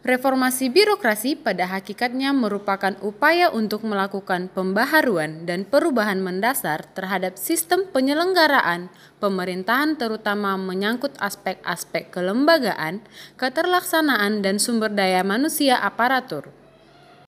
Reformasi birokrasi pada hakikatnya merupakan upaya untuk melakukan pembaharuan dan perubahan mendasar terhadap sistem penyelenggaraan pemerintahan, terutama menyangkut aspek-aspek kelembagaan, keterlaksanaan, dan sumber daya manusia aparatur.